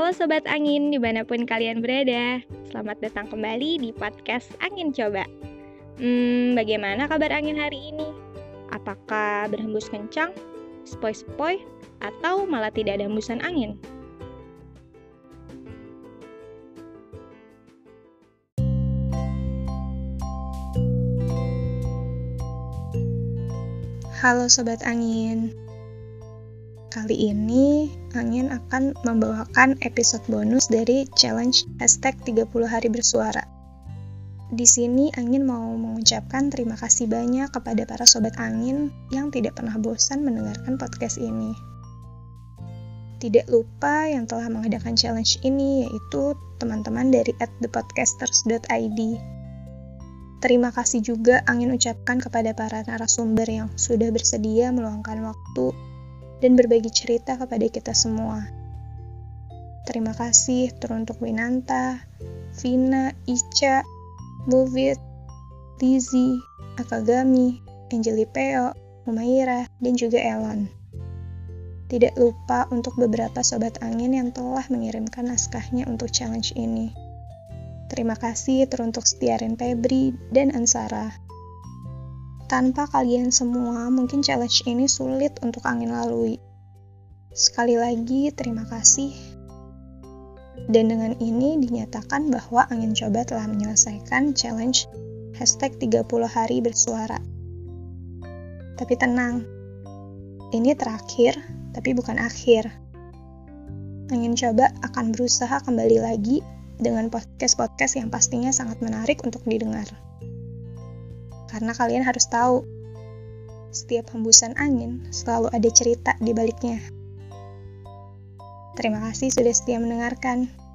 Halo Sobat Angin, dimanapun kalian berada. Selamat datang kembali di podcast Angin Coba. Bagaimana kabar angin hari ini? Apakah berhembus kencang, sepoi-sepoi, atau malah tidak ada hembusan angin? Halo Sobat Angin. Kali ini, Angin akan membawakan episode bonus dari challenge #30 hari bersuara. Di sini, Angin mau mengucapkan terima kasih banyak kepada para Sobat Angin yang tidak pernah bosan mendengarkan podcast ini. Tidak lupa yang telah mengadakan challenge ini, yaitu teman-teman dari @thepodcasters.id. Terima kasih juga Angin ucapkan kepada para narasumber yang sudah bersedia meluangkan waktu dan berbagi cerita kepada kita semua. Terima kasih teruntuk Winanta, Vina, Ica, Movit, Lizzie, Akagami, Angelipeo, Umaira, dan juga Elon. Tidak lupa untuk beberapa Sobat Angin yang telah mengirimkan naskahnya untuk challenge ini. Terima kasih teruntuk Setiaren Febri dan Ansara. Tanpa kalian semua, mungkin challenge ini sulit untuk Angin lalui. Sekali lagi, terima kasih. Dan dengan ini dinyatakan bahwa Angin Coba telah menyelesaikan challenge #30 hari bersuara. Tapi tenang, ini terakhir, tapi bukan akhir. Angin Coba akan berusaha kembali lagi dengan podcast-podcast yang pastinya sangat menarik untuk didengar. Karena kalian harus tahu, setiap hembusan angin selalu ada cerita di baliknya. Terima kasih sudah setia mendengarkan.